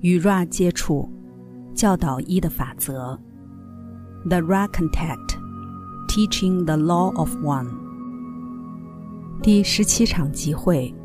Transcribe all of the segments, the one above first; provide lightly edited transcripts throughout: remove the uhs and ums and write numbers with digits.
与 Ra 接触，教导一的法则 The Ra Contact Teaching the Law of One 第17场集会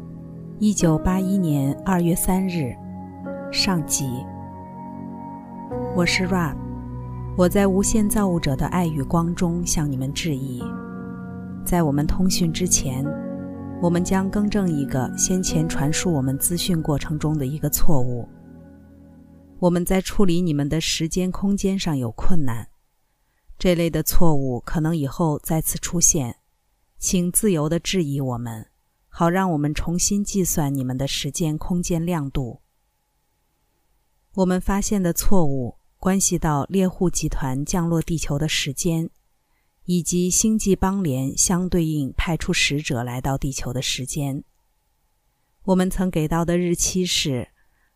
1981年2月3日上集。我是 Ra， 我在无限造物者的爱与光中向你们致意。在我们通讯之前，我们将更正一个先前传输我们资讯过程中的一个错误。我们在处理你们的时间空间上有困难，这类的错误可能以后再次出现，请自由地质疑我们，好让我们重新计算你们的时间空间亮度。我们发现的错误关系到猎户集团降落地球的时间，以及星际邦联相对应派出使者来到地球的时间。我们曾给到的日期是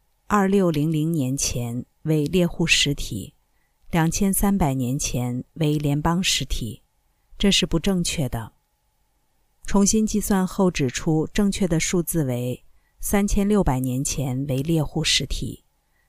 2600年前为猎户实体，2300年前为联邦实体，这是不正确的。重新计算后指出，正确的数字为3600年前为猎户实体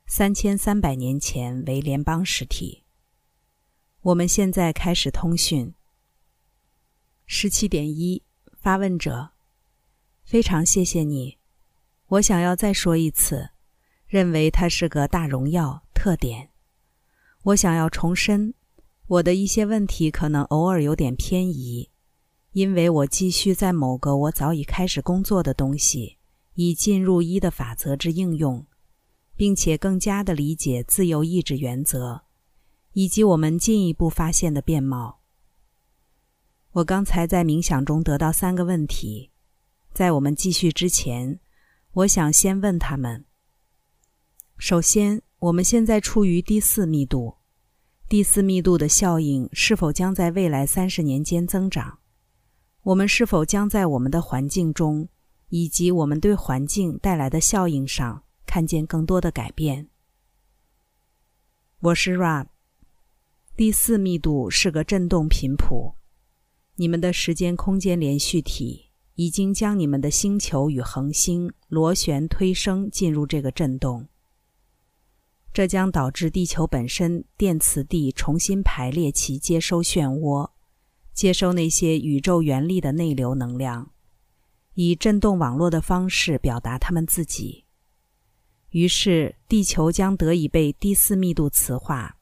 ，3300年前为联邦实体。我们现在开始通讯。17.1 发问者：非常谢谢你，我想要再说一次，认为它是个大荣耀特点。我想要重申，我的一些问题可能偶尔有点偏移，因为我继续在某个我早已开始工作的东西，以进入一的法则之应用，并且更加地理解自由意志原则，以及我们进一步发现的面貌。我刚才在冥想中得到3个问题，在我们继续之前，我想先问他们。首先，我们现在处于第4密度，第4密度的效应是否将在未来30年间增长？我们是否将在我们的环境中，以及我们对环境带来的效应上看见更多的改变？我是 Ra， 第4密度是个振动频谱，你们的时间空间连续体已经将你们的星球与恒星螺旋推升进入这个振动，这将导致地球本身电磁地重新排列其接收漩涡，接收那些宇宙原力的内流能量，以振动网络的方式表达它们自己。于是地球将得以被第4密度磁化。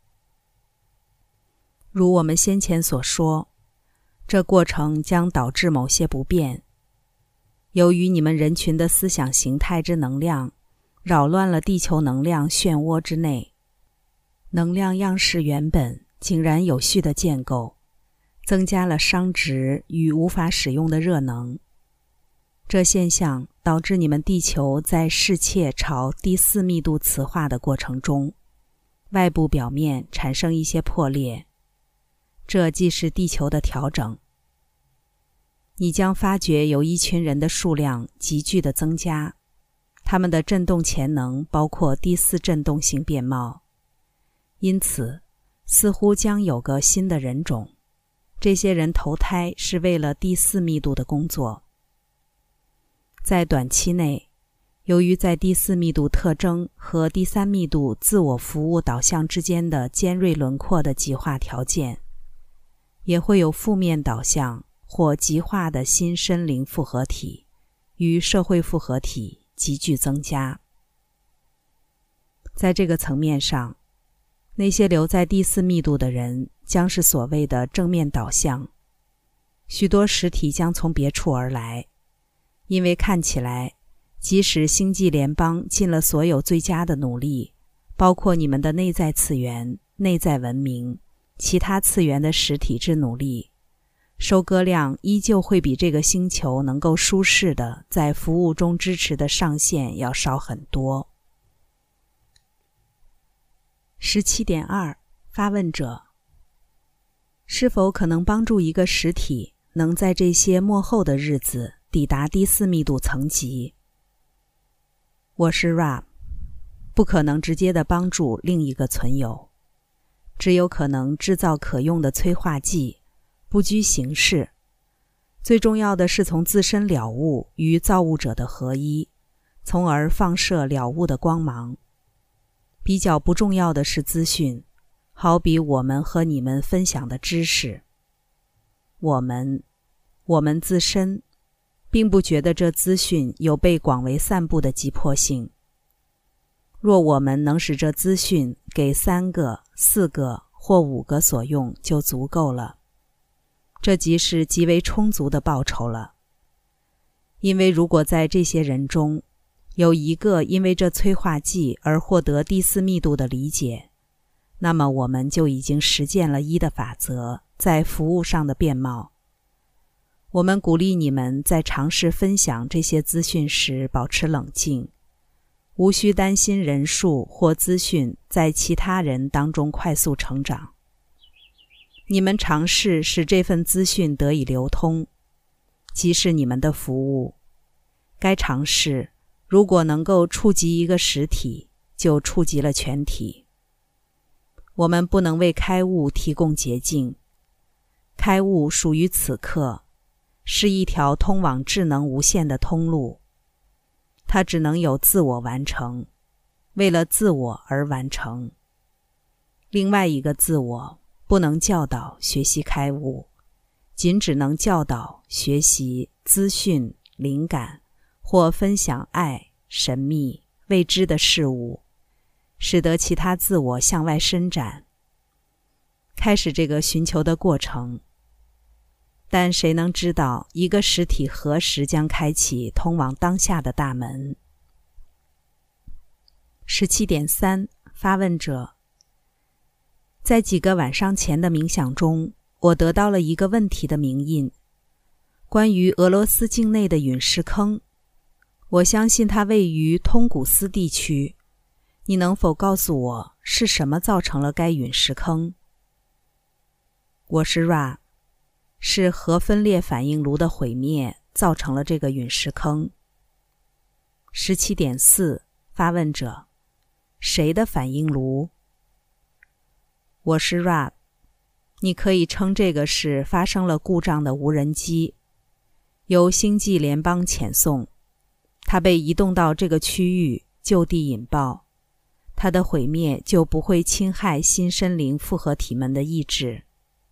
如我们先前所说，这过程将导致某些不便。由于你们人群的思想形态之能量扰乱了地球能量漩涡之内，能量样式原本井然有序的建构，增加了熵值与无法使用的热能。这现象导致你们地球在适切朝第4密度磁化的过程中，外部表面产生一些破裂，这既是地球的调整。你将发觉有一群人的数量急剧的增加，他们的振动潜能包括第4振动性变貌，因此似乎将有个新的人种。这些人投胎是为了第4密度的工作。在短期内，由于在第4密度特征和第3密度自我服务导向之间的尖锐轮廓的极化条件，也会有负面导向或极化的新身灵复合体与社会复合体急剧增加。在这个层面上，那些留在第4密度的人将是所谓的正面导向，许多实体将从别处而来，因为看起来即使星际联邦尽了所有最佳的努力，包括你们的内在次元、内在文明、其他次元的实体之努力，收割量依旧会比这个星球能够舒适的在服务中支持的上限要少很多。17.2 发问者：是否可能帮助一个实体能在这些末后的日子抵达第4密度层级？我是 Ra， 不可能直接的帮助另一个存有，只有可能制造可用的催化剂，不拘形式。最重要的是从自身了悟与造物者的合一，从而放射了悟的光芒。 比较不重要的是资讯，好比我们和你们分享的知识。我们自身并不觉得这资讯有被广为散布的急迫性。若我们能使这资讯给3个、4个或5个所用就足够了，这即是极为充足的报酬了。因为如果在这些人中有1个因为这催化剂而获得第4密度的理解，那么我们就已经实践了1的法则在服务上的面貌。我们鼓励你们在尝试分享这些资讯时保持冷静，无需担心人数或资讯在其他人当中快速成长。你们尝试使这份资讯得以流通，即是你们的服务。该尝试如果能够触及一个实体，就触及了全体。我们不能为开悟提供捷径，开悟属于此刻，是一条通往智能无限的通路，它只能有自我完成，为了自我而完成。另外一个自我不能教导学习开悟，仅只能教导学习资讯、灵感或分享爱、神秘、未知的事物，使得其他自我向外伸展，开始这个寻求的过程。但谁能知道一个实体何时将开启通往当下的大门？ 17.3 发问者：在几个晚上前的冥想中，我得到了一个问题的明印，关于俄罗斯境内的陨石坑。我相信它位于通古斯地区，你能否告诉我是什么造成了该陨石坑？我是 Ra， 是核分裂反应炉的毁灭造成了这个陨石坑。 17.4 发问者：谁的反应炉？我是 Ra， 你可以称这个是发生了故障的无人机，由星际联邦遣送，它被移动到这个区域就地引爆，它的毁灭就不会侵害新生灵复合体们的意志。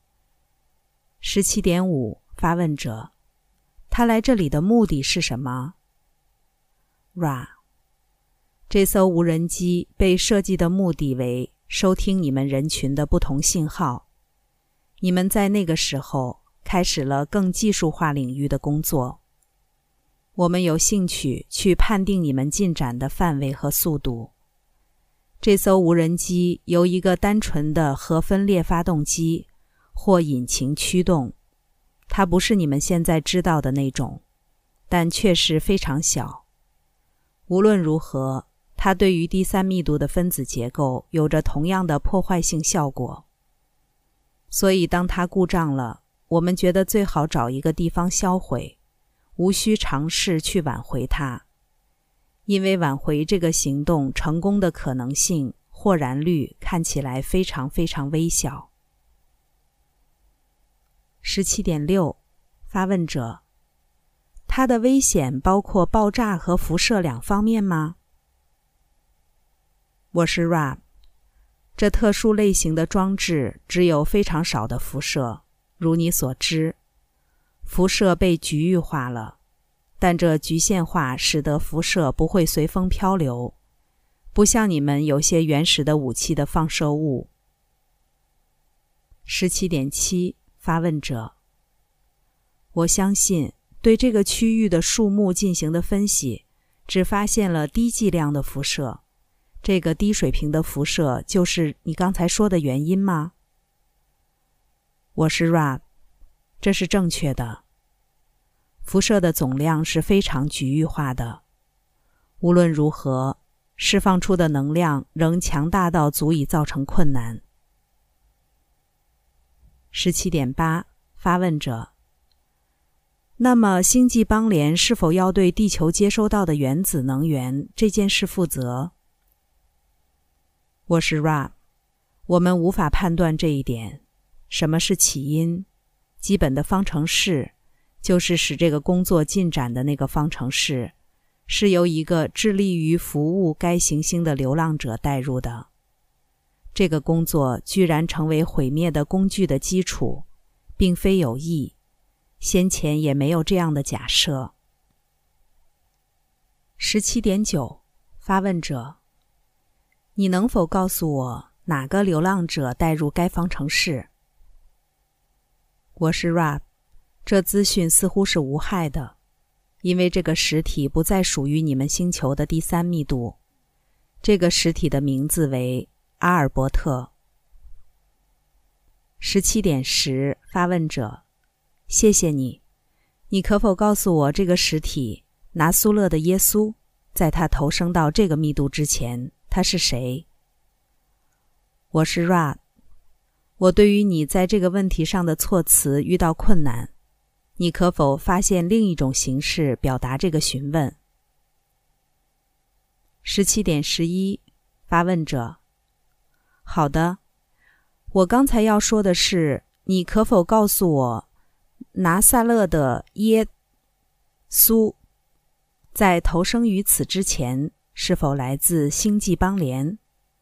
17.5 发问者：他来这里的目的是什么？ Ra， 这艘无人机被设计的目的为收听你们人群的不同信号。你们在那个时候开始了更技术化领域的工作。我们有兴趣去判定你们进展的范围和速度。这艘无人机由一个单纯的核分裂发动机或引擎驱动，它不是你们现在知道的那种，但确实非常小。无论如何，它对于第3密度的分子结构有着同样的破坏性效果。所以当它故障了，我们觉得最好找一个地方销毁，无需尝试去挽回它，因为挽回这个行动成功的可能性或然率看起来非常非常微小。 17.6 发问者：它的危险包括爆炸和辐射2方面吗？我是 Ra， 这特殊类型的装置只有非常少的辐射，如你所知，辐射被局域化了，但这局限化使得辐射不会随风漂流，不像你们有些原始的武器的放射物。 17.7 发问者：我相信对这个区域的树木进行的分析，只发现了低剂量的辐射。这个低水平的辐射就是你刚才说的原因吗？我是 Ra， 这是正确的。辐射的总量是非常局域化的。无论如何，释放出的能量仍强大到足以造成困难。17.8 发问者：那么星际邦联是否要对地球接收到的原子能源这件事负责？我是 Ra， 我们无法判断这一点。什么是起因？基本的方程式，就是使这个工作进展的那个方程式， 是由一个致力于服务该行星的流浪者带入的。这个工作居然成为毁灭的工具的基础，并非有意，先前也没有这样的假设。17.9 发问者：你能否告诉我哪个流浪者带入该方程式？我是 Rob， 这资讯似乎是无害的，因为这个实体不再属于你们星球的第3密度。这个实体的名字为阿尔伯特。17.10 发问者：谢谢你，你可否告诉我这个实体拿苏勒的耶稣，在他投生到这个密度之前，他是谁？我是 Rod， 我对于你在这个问题上的措辞遇到困难，你可否发现另一种形式表达这个询问？17.11 发问者：好的，我刚才要说的是，你可否告诉我拿撒勒的耶稣在投生于此之前是否来自星际邦联？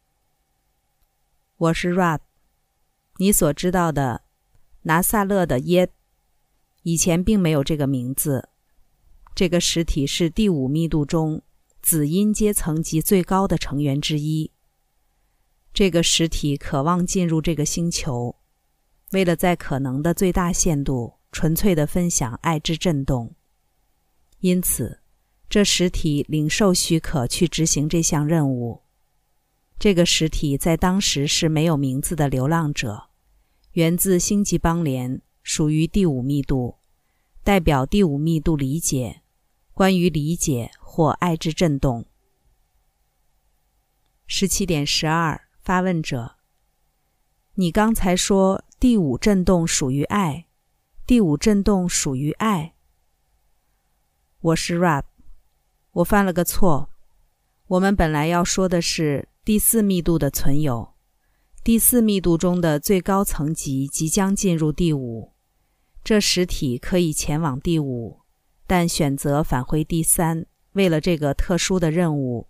我是 Rod， 你所知道的拿撒勒的耶以前并没有这个名字。这个实体是第5密度中子音阶层级最高的成员之一。这个实体渴望进入这个星球，为了在可能的最大限度纯粹地分享爱之震动。因此，这实体领受许可去执行这项任务。这个实体在当时是没有名字的流浪者，源自星际邦联，属于第5密度，代表第5密度理解，关于理解或爱之震动。17.12 发问者：你刚才说第5振动属于爱，第5振动属于爱。我是 Rob， 我犯了个错。我们本来要说的是第4密度的存有，第4密度中的最高层级即将进入第5，这实体可以前往第5，但选择返回第3，为了这个特殊的任务。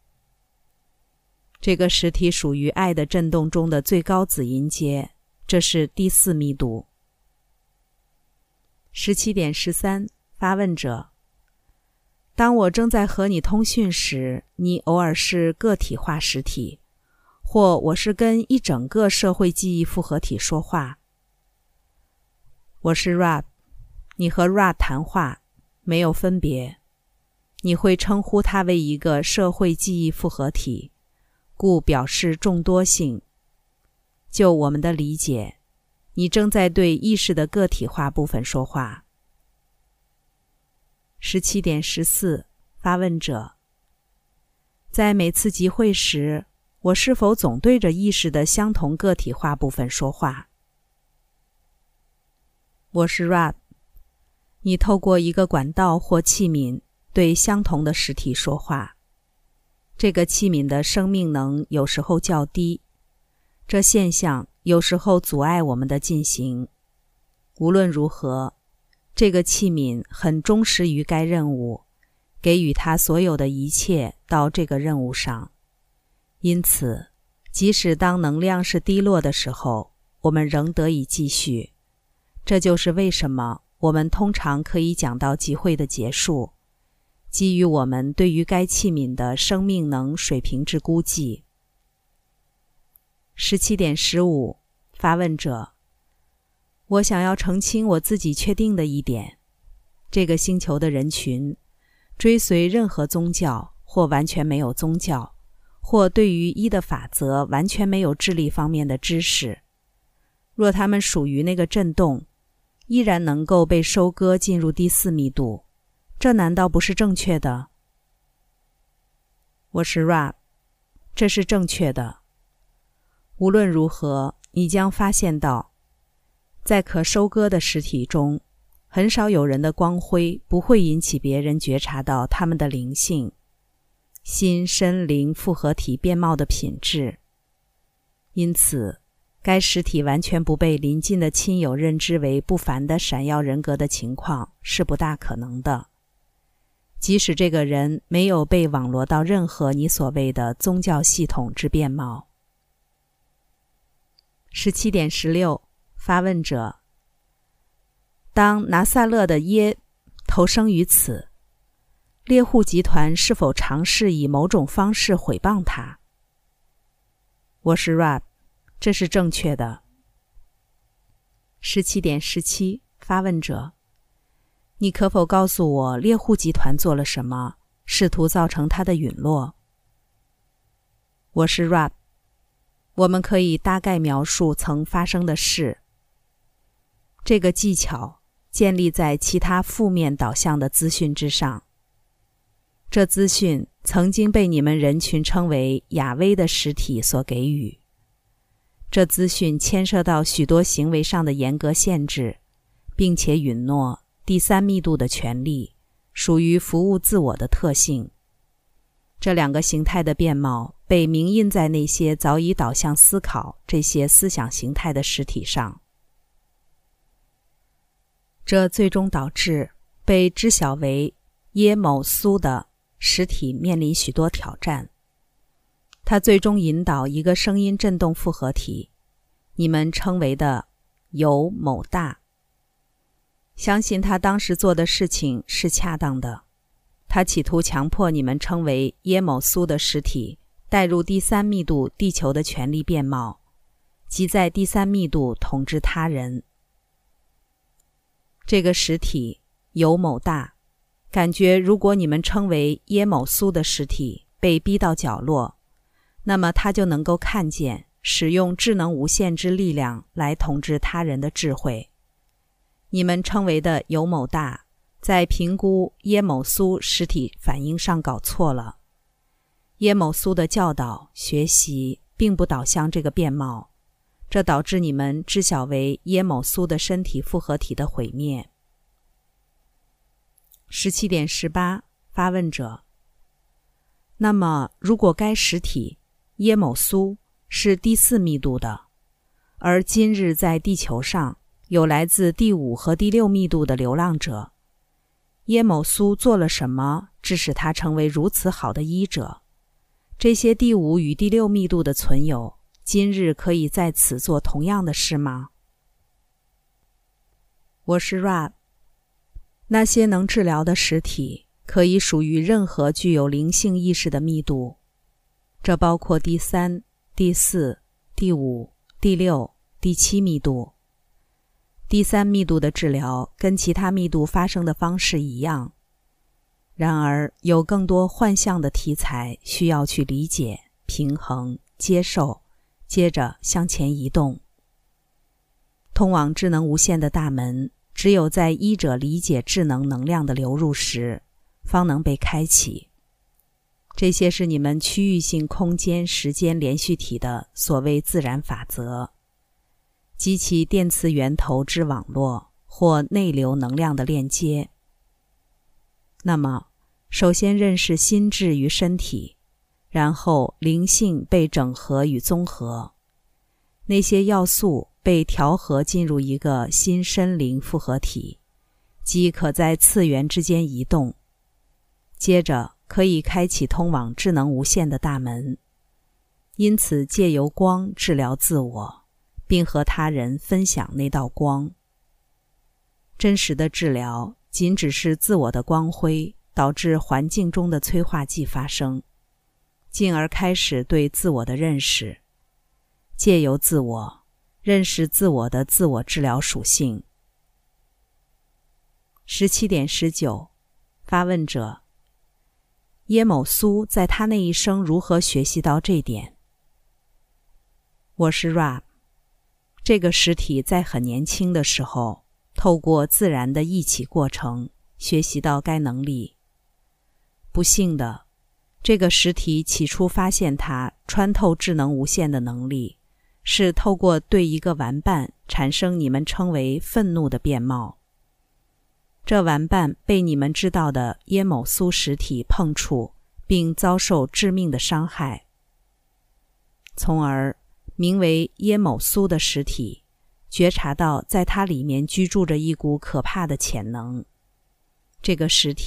这个实体属于爱的振动中的最高子音阶，这是第4密度。17.13 发问者：当我正在和你通讯时，你偶尔是个体化实体，或我是跟一整个社会记忆复合体说话。我是 Rob， 你和 Rob 谈话，没有分别。你会称呼它为一个社会记忆复合体，故表示众多性。就我们的理解，你正在对意识的个体化部分说话。17.14 发问者：在每次集会时，我是否总对着意识的相同个体化部分说话？我是 Rod， 你透过一个管道或器皿对相同的实体说话。这个器皿的生命能有时候较低，这现象有时候阻碍我们的进行。无论如何，这个器皿很忠实于该任务，给予它所有的一切到这个任务上。因此，即使当能量是低落的时候，我们仍得以继续。这就是为什么我们通常可以讲到集会的结束，基于我们对于该器皿的生命能水平之估计。17.15 发问者：我想要澄清我自己确定的一点，这个星球的人群追随任何宗教，或完全没有宗教，或对于一的法则完全没有智力方面的知识。若他们属于那个振动，依然能够被收割进入第4密度，这难道不是正确的？我是 Rob， 这是正确的。无论如何，你将发现到，在可收割的实体中，很少有人的光辉不会引起别人觉察到他们的灵性、心身灵复合体变貌的品质。因此，该实体完全不被邻近的亲友认知为不凡的闪耀人格的情况是不大可能的。 即使这个人没有被网罗到任何你所谓的宗教系统之面貌。17.16 发问者：当拿撒勒的耶投生于此，猎户集团是否尝试以某种方式毁谤他？我是 Rab， 这是正确的。17.17 发问者：你可否告诉我猎户集团做了什么，试图造成它的陨落？我是 Rab， 我们可以大概描述曾发生的事。这个技巧建立在其他负面导向的资讯之上。这资讯曾经被你们人群称为亚威的实体所给予。这资讯牵涉到许多行为上的严格限制，并且允诺第三密度的权利属于服务自我的特性。这两个形态的面貌被铭印在那些早已导向思考这些思想形态的实体上。这最终导致被知晓为耶某苏的实体面临许多挑战。它最终引导一个声音振动复合体，你们称为的有某大。相信他当时做的事情是恰当的。他企图强迫你们称为耶某苏的实体带入第三密度地球的权力面貌，即在第三密度统治他人。这个实体有某大感觉，如果你们称为耶某苏的实体被逼到角落，那么他就能够看见使用智能无限之力量来统治他人的智慧。你们称为的有某大在评估耶某苏实体反应上搞错了。耶某苏的教导学习并不导向这个面貌，这导致你们知晓为耶某苏的身体复合体的毁灭。17.18 发问者：那么如果该实体耶某苏是第4密度的，而今日在地球上有来自第5和第6密度的流浪者，耶某苏做了什么致使他成为如此好的医者？这些第5与第6密度的存有今日可以在此做同样的事吗？我是 Rab。 那些能治疗的实体可以属于任何具有灵性意识的密度，这包括第3、第4、第5、第6、第7密度。第3密度的治疗跟其他密度发生的方式一样，然而有更多幻象的题材需要去理解、平衡、接受，接着向前移动。通往智能无限的大门只有在医者理解智能能量的流入时方能被开启。这些是你们区域性空间时间连续体的所谓自然法则，及其电磁源头之网络或内流能量的链接。那么首先认识心智与身体，然后灵性被整合与综合，那些要素被调和进入一个新身灵复合体，即可在次元之间移动。接着可以开启通往智能无限的大门，因此借由光治疗自我，并和他人分享那道光。真实的治疗仅只是自我的光辉导致环境中的催化剂发生，进而开始对自我的认识，借由自我认识自我的自我治疗属性。17.19 发问者：耶某苏在他那一生如何学习到这点？我是 Rab。 这个实体在很年轻的时候透过自然的一起过程学习到该能力。不幸的，这个实体起初发现它穿透智能无限的能力是透过对一个玩伴产生你们称为愤怒的面貌。这玩伴被你们知道的耶某苏实体碰触并遭受致命的伤害，从而名为耶某苏的实体觉察到在它里面居住着一股可怕的潜能。这个实体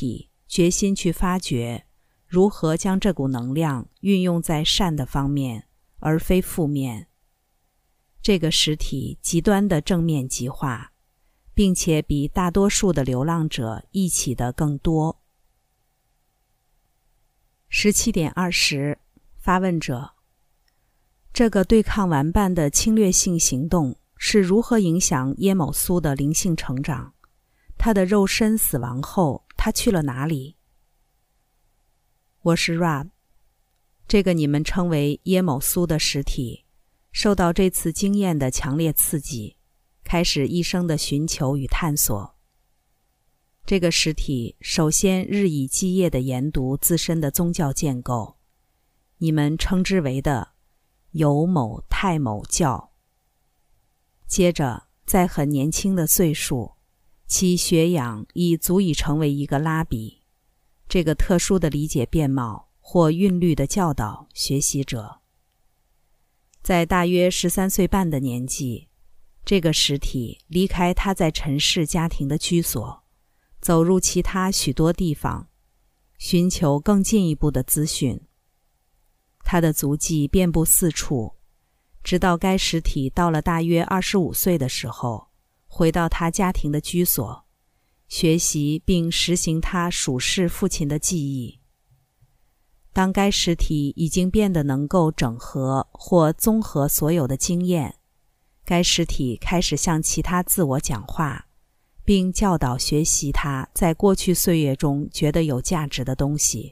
决心去发掘如何将这股能量运用在善的方面，而非负面。这个实体极端的正面极化，并且比大多数的流浪者一起的更多。17:20发问者：这个对抗玩伴的侵略性行动是如何影响耶某苏的灵性成长？他的肉身死亡后，他去了哪里？我是 Rob。 这个你们称为耶某苏的实体受到这次经验的强烈刺激，开始一生的寻求与探索。这个实体首先日以继夜地研读自身的宗教建构，你们称之为的有某太某教。接着在很年轻的岁数，其学养已足以成为一个拉比，这个特殊的理解面貌或韵律的教导学习者。在大约13岁半的年纪，这个实体离开他在尘世家庭的居所，走入其他许多地方，寻求更进一步的资讯。他的足迹遍布四处，直到该实体到了大约25岁的时候，回到他家庭的居所，学习并实行他属世父亲的记忆。当该实体已经变得能够整合或综合所有的经验，该实体开始向其他自我讲话，并教导学习他在过去岁月中觉得有价值的东西。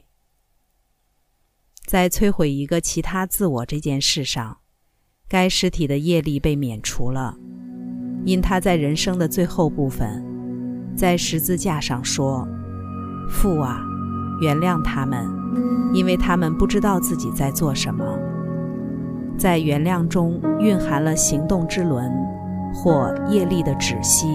在摧毁一个其他自我这件事上，该实体的业力被免除了，因他在人生的最后部分，在十字架上说：父啊，原谅他们，因为他们不知道自己在做什么。在原谅中蕴含了行动之轮或业力的止息。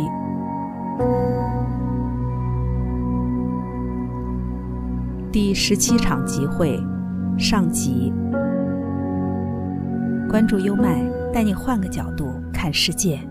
第17场集会上集。关注优麦，带你换个角度看世界。